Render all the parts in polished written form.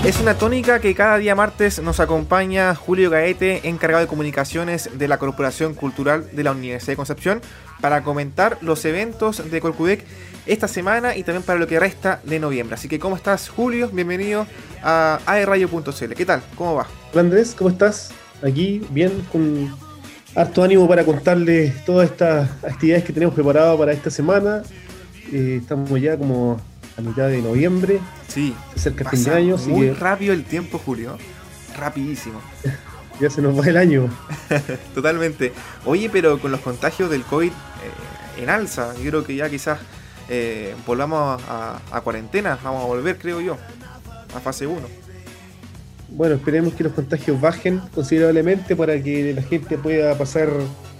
Es una tónica que cada día martes nos acompaña Julio Gaete, encargado de comunicaciones de la Corporación Cultural de la Universidad de Concepción, para comentar los eventos de Corcudec esta semana y también para lo que resta de noviembre. Así que, ¿cómo estás, Julio? Bienvenido a aerradio.cl. ¿Qué tal? ¿Cómo va? Hola Andrés, ¿cómo estás? Aquí bien, con harto ánimo para contarles todas estas actividades que tenemos preparadas para esta semana. Estamos ya como a mitad de noviembre, Sí, se acerca el fin de pasa año, así muy que rápido el tiempo, Julio. Rapidísimo. ya se nos va el año. Totalmente. Oye, pero con los contagios del COVID en alza, yo creo que ya quizás volvamos a cuarentena. Vamos a volver, creo yo, a fase 1. Bueno, esperemos que los contagios bajen considerablemente para que la gente pueda pasar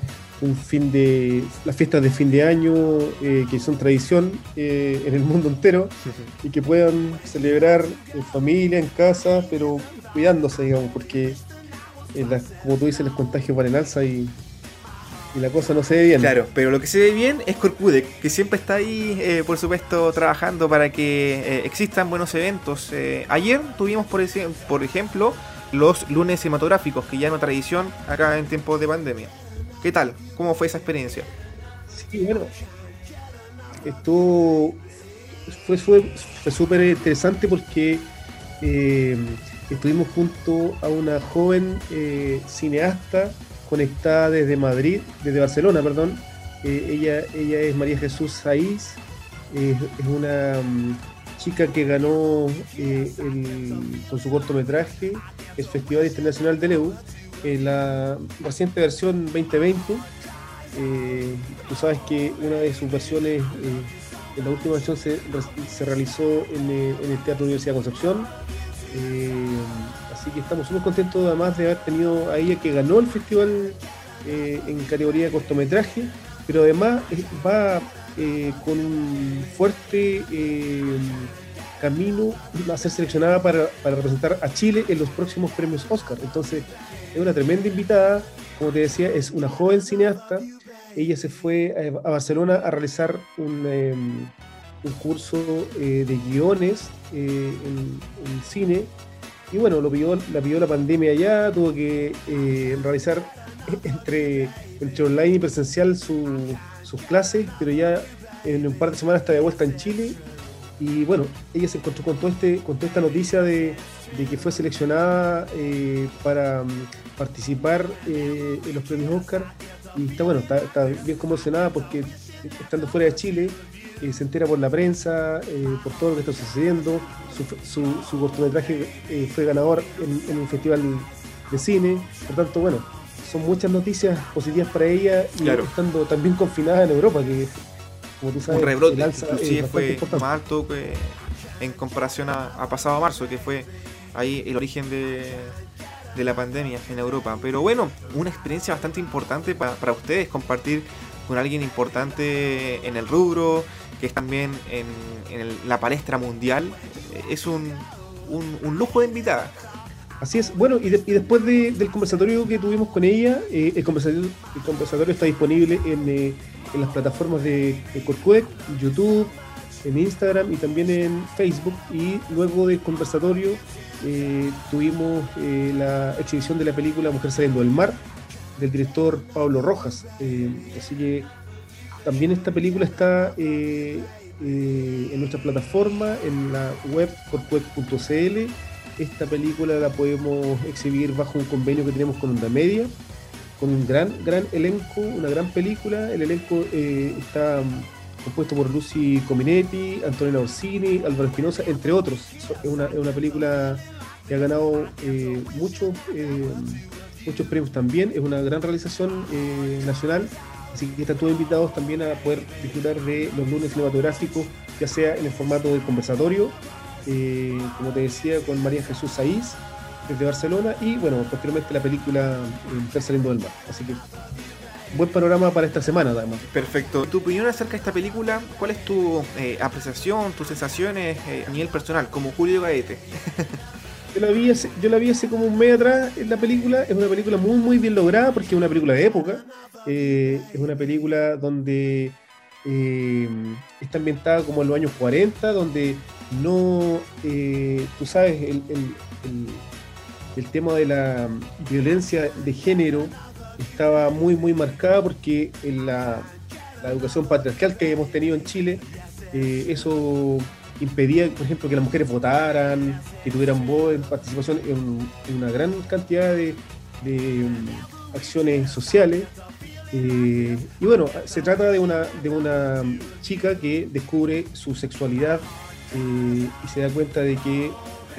las fiestas de fin de año, que son tradición en el mundo entero, y que puedan celebrar en familia, en casa, pero cuidándose, digamos, porque como tú dices, los contagios van en alza y la cosa no se ve bien. Claro, pero lo que se ve bien es Corcudec, que siempre está ahí, por supuesto, trabajando para que existan buenos eventos. Ayer tuvimos, por ejemplo, los lunes cinematográficos, que ya es una tradición acá en tiempos de pandemia. ¿Qué tal? ¿Cómo fue esa experiencia? Sí, bueno, esto fue súper interesante porque estuvimos junto a una joven cineasta conectada desde Barcelona, perdón. Ella es María Jesús Saiz, es una chica que ganó con su cortometraje el Festival Internacional de Leu en la reciente versión 2020. Tú sabes que una de sus versiones, en la última versión, se realizó en el Teatro Universidad de Concepción. Así que estamos súper contentos, además de haber tenido a ella que ganó el festival en categoría de cortometraje, pero además va con un fuerte camino a ser seleccionada para representar a Chile en los próximos premios Oscar. Entonces es una tremenda invitada, como te decía, es una joven cineasta. Ella se fue a Barcelona a realizar un curso de guiones en cine, y bueno, la pilló la pandemia allá, tuvo que realizar entre online y presencial sus clases, pero ya en un par de semanas está de vuelta en Chile. Y bueno, ella se encontró con toda esta noticia de que fue seleccionada para participar en los premios Oscar, y está bien conmocionada porque, estando fuera de Chile, se entera por la prensa, por todo lo que está sucediendo. Su cortometraje fue ganador en un festival de cine. Por tanto, bueno, son muchas noticias positivas para ella, y claro, estando también confinada en Europa, que, como tú sabes, un rebrote, el alza inclusive fue importante. más alto que en comparación a pasado marzo, que fue ahí el origen de la pandemia en Europa. Pero bueno, una experiencia bastante importante para ustedes, compartir con alguien importante en el rubro, que es también en la palestra mundial. Es un lujo de invitada. Así es. Bueno, y después del conversatorio que tuvimos con ella, el conversatorio está disponible en las plataformas de Corcudec, YouTube, en Instagram y también en Facebook. Y luego del conversatorio tuvimos la exhibición de la película Mujer saliendo del mar, del director Pablo Rojas. Así que también esta película está en nuestra plataforma, en la web corcudec.cl. Esta película la podemos exhibir bajo un convenio que tenemos con Onda Media, con un gran elenco, una gran película. El elenco está compuesto por Lucy Cominetti, Antonella Orsini, Álvaro Espinosa, entre otros. Es una película que ha ganado muchos premios también. Es una gran realización nacional, así que están todos invitados también a poder disfrutar de los lunes cinematográficos, ya sea en el formato de conversatorio, como te decía, con María Jesús Saiz desde Barcelona, y bueno, posteriormente la película Mujer saliendo del mar. Así que buen panorama para esta semana, además. Perfecto. ¿Tu opinión acerca de esta película? ¿Cuál es tu apreciación, tus sensaciones a nivel personal, como Julio Gaete? Yo la vi hace como un mes atrás en la película. Es una película muy, muy bien lograda porque es una película de época. Es una película donde está ambientada como en los años 40, donde no, tú sabes, el tema de la violencia de género estaba muy, muy marcada porque en la educación patriarcal que hemos tenido en Chile, eso impedía, por ejemplo, que las mujeres votaran, que tuvieran voz en participación en una gran cantidad de acciones sociales. Y bueno, se trata de una chica que descubre su sexualidad y se da cuenta de que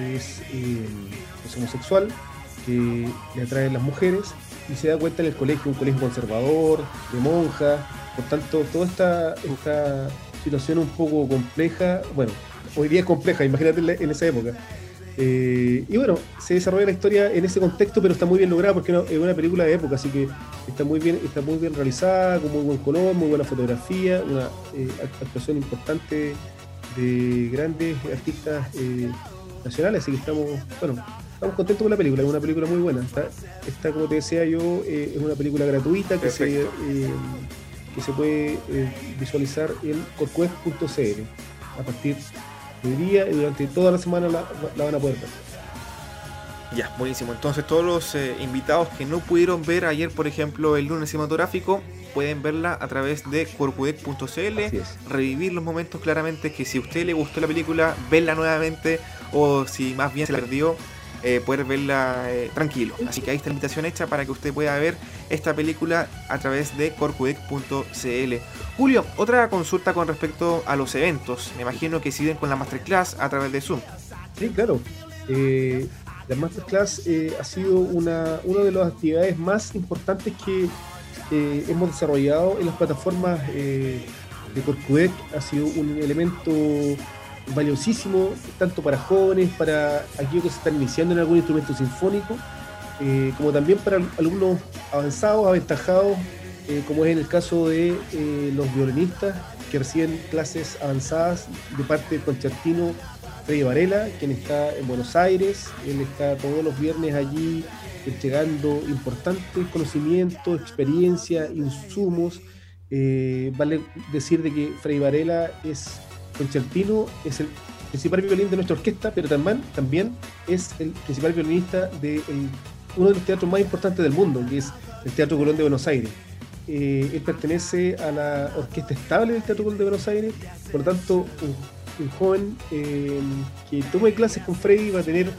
es homosexual, que le atraen las mujeres, y se da cuenta en el colegio, un colegio conservador, de monjas. Por tanto, toda esta situación un poco compleja, bueno, hoy día es compleja, imagínate en esa época. Y bueno, se desarrolla la historia en ese contexto, pero está muy bien lograda porque es una película de época, así que está muy bien realizada, con muy buen color, muy buena fotografía, una actuación importante de grandes artistas nacionales, así que estamos contentos con la película. Es una película muy buena. Está como te decía yo, es una película gratuita que se puede visualizar en corcuez.cl a partir de hoy día, y durante toda la semana la van a poder ver. Ya, buenísimo. Entonces todos los invitados que no pudieron ver ayer, por ejemplo, el lunes cinematográfico, pueden verla a través de corcudec.cl, revivir los momentos claramente, que si a usted le gustó la película, verla nuevamente, o si más bien se la perdió, poder verla tranquilo. Así que ahí está la invitación hecha para que usted pueda ver esta película a través de corcudec.cl. Julio, otra consulta con respecto a los eventos. Me imagino que siguen con la Masterclass a través de Zoom. Sí, claro. La Masterclass ha sido una de las actividades más importantes que hemos desarrollado en las plataformas de Corcudec. Ha sido un elemento valiosísimo, tanto para jóvenes, para aquellos que se están iniciando en algún instrumento sinfónico, como también para alumnos avanzados, aventajados, como es en el caso de los violinistas que reciben clases avanzadas de parte del concertino Freddy Varela, quien está en Buenos Aires. Él está todos los viernes allí entregando importantes conocimientos, experiencia, insumos. Vale decir de que Freddy Varela es concertino, es el principal violín de nuestra orquesta, pero también es el principal violinista de uno de los teatros más importantes del mundo, que es el Teatro Colón de Buenos Aires. Él pertenece a la orquesta estable del Teatro Colón de Buenos Aires, por lo tanto, un joven que tome clases con Freddy va a tener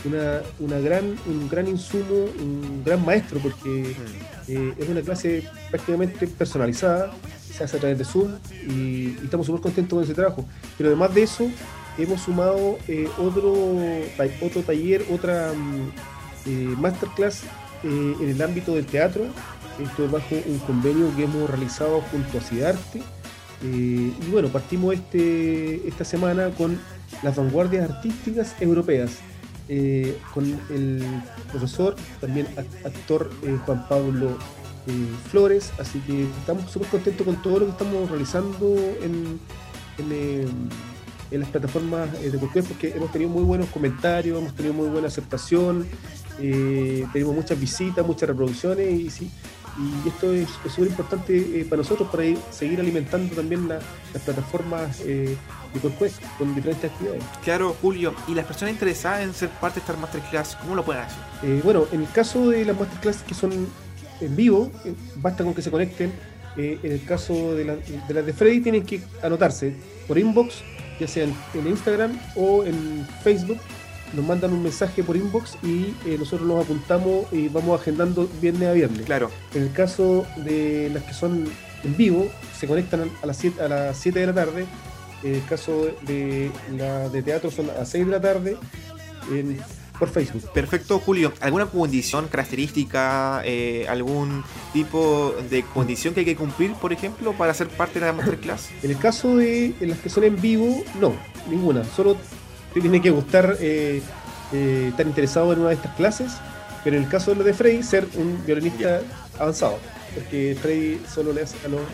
un gran insumo, un gran maestro, porque es una clase prácticamente personalizada, se hace a través de Zoom, y estamos súper contentos con ese trabajo. Pero además de eso, hemos sumado otro taller, otra masterclass en el ámbito del teatro. Esto es bajo un convenio que hemos realizado junto a Cidarte. Y bueno, partimos esta semana con las vanguardias artísticas europeas, con el profesor, también actor Juan Pablo Flores. Así que estamos súper contentos con todo lo que estamos realizando en las plataformas de Corcudec, porque hemos tenido muy buenos comentarios, hemos tenido muy buena aceptación, tenemos muchas visitas, muchas reproducciones, y esto es súper importante para nosotros, para seguir alimentando también las plataformas de Corcudec con diferentes actividades. Claro, Julio, y las personas interesadas en ser parte de esta Masterclass, ¿cómo lo pueden hacer? Bueno, en el caso de las Masterclass que son en vivo, basta con que se conecten. En el caso de las de Freddy, tienen que anotarse por inbox, ya sea en Instagram o en Facebook. Nos mandan un mensaje por inbox y nosotros los apuntamos y vamos agendando viernes a viernes. Claro. En el caso de las que son en vivo, se conectan a las 7 de la tarde. En el caso de la de teatro son a las 6 de la tarde por Facebook. Perfecto, Julio. ¿Alguna condición, característica, algún tipo de condición que hay que cumplir, por ejemplo, para ser parte de la Masterclass? En el caso de las que son en vivo, no, ninguna. Solo te tiene que gustar, estar interesado en una de estas clases, pero en el caso de lo de Freddy, ser un violinista avanzado, porque Freddy solo le hace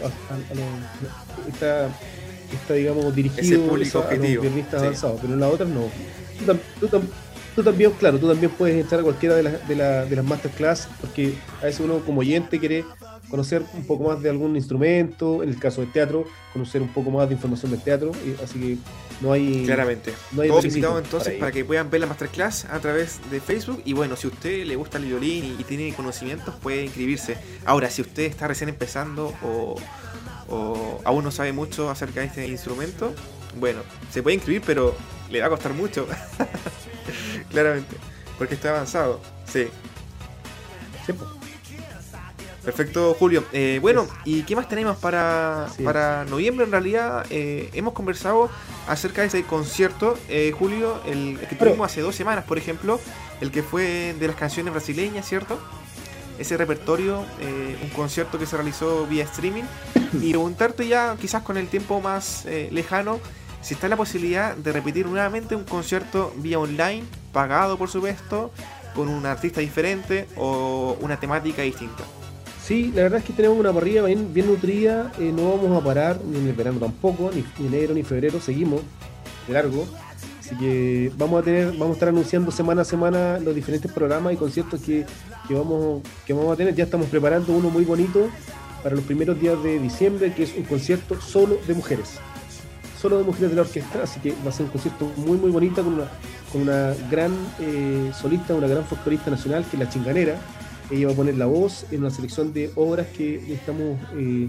está digamos dirigido a los violinistas avanzados, pero en las otras no. Tú también puedes entrar a cualquiera de las masterclass, porque a veces uno como oyente quiere conocer un poco más de algún instrumento, en el caso del teatro, conocer un poco más de información del teatro, así que no hay... Claramente. No hay Todos requisito invitados entonces para para que puedan ver la masterclass a través de Facebook. Y bueno, si a usted le gusta el violín y tiene conocimientos, puede inscribirse. Ahora, si usted está recién empezando o aún no sabe mucho acerca de este instrumento, bueno, se puede inscribir, pero le va a costar mucho. Claramente, porque está avanzado. Sí. Sí, pues. Perfecto, Julio. Bueno, ¿y qué más tenemos para noviembre? En realidad, hemos conversado acerca de ese concierto, Julio, el que tuvimos hace 2 semanas, por ejemplo, el que fue de las canciones brasileñas, ¿cierto? Ese repertorio, un concierto que se realizó vía streaming. Y preguntarte ya, quizás con el tiempo más lejano, si está la posibilidad de repetir nuevamente un concierto vía online, pagado por supuesto, con un artista diferente o una temática distinta. Sí, la verdad es que tenemos una parrilla bien nutrida, no vamos a parar, ni en el verano tampoco, ni enero ni febrero, seguimos de largo. Así que vamos a estar anunciando semana a semana los diferentes programas y conciertos que vamos a tener. Ya estamos preparando uno muy bonito para los primeros días de diciembre, que es un concierto solo de mujeres de la orquesta, así que va a ser un concierto muy muy bonito con una gran solista, una gran folclorista nacional, que es La Chinganera. Ella va a poner la voz en una selección de obras que estamos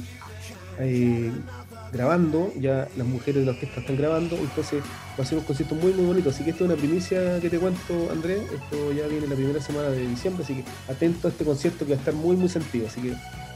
grabando, ya las mujeres de la orquesta están grabando, entonces va a ser un concierto muy muy bonito, así que esto es una primicia que te cuento, Andrés, esto ya viene la primera semana de diciembre, así que atento a este concierto que va a estar muy muy sentido, así que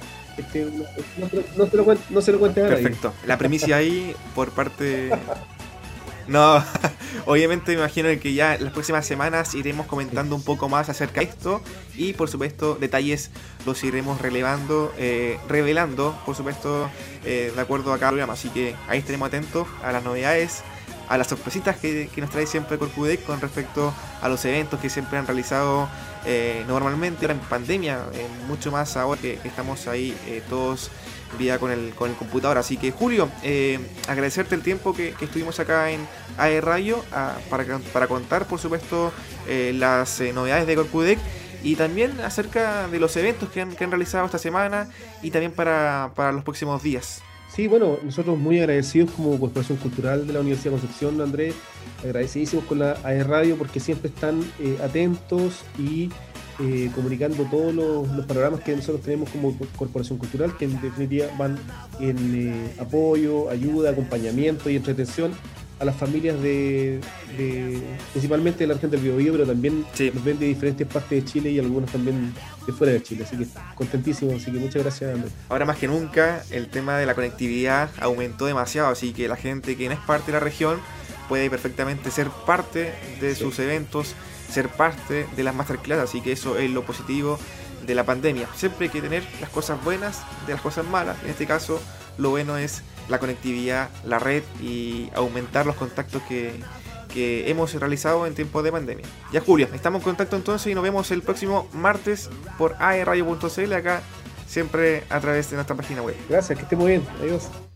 no se lo cuentes a nadie. Perfecto, la primicia ahí por parte... No, obviamente me imagino que ya en las próximas semanas iremos comentando un poco más acerca de esto y por supuesto detalles los iremos revelando, por supuesto, de acuerdo a cada programa, así que ahí estaremos atentos a las novedades, a las sorpresitas que nos trae siempre Corcudec con respecto a los eventos que siempre han realizado normalmente ahora en pandemia, mucho más ahora que estamos ahí todos vía con el computador. Así que Julio, agradecerte el tiempo que estuvimos acá en AE Radio para contar por supuesto las novedades de Corcudec y también acerca de los eventos que han realizado esta semana y también para los próximos días. Sí, bueno, nosotros muy agradecidos como Corporación Cultural de la Universidad de Concepción, Andrés, agradecidísimos con la AE Radio porque siempre están atentos y comunicando todos los programas que nosotros tenemos como Corporación Cultural, que en definitiva van en apoyo, ayuda, acompañamiento y entretención a las familias principalmente de la región del Biobío, pero también nos ven de diferentes partes de Chile y algunos también de fuera de Chile, así que contentísimo, así que muchas gracias, Andrés. Ahora más que nunca el tema de la conectividad aumentó demasiado, así que la gente que no es parte de la región puede perfectamente ser parte de sus eventos, ser parte de las masterclass, así que eso es lo positivo de la pandemia. Siempre hay que tener las cosas buenas de las cosas malas, en este caso lo bueno es la conectividad, la red y aumentar los contactos que hemos realizado en tiempos de pandemia. Ya Julio, estamos en contacto entonces y nos vemos el próximo martes por aeradio.cl acá siempre a través de nuestra página web. Gracias, que esté muy bien, adiós.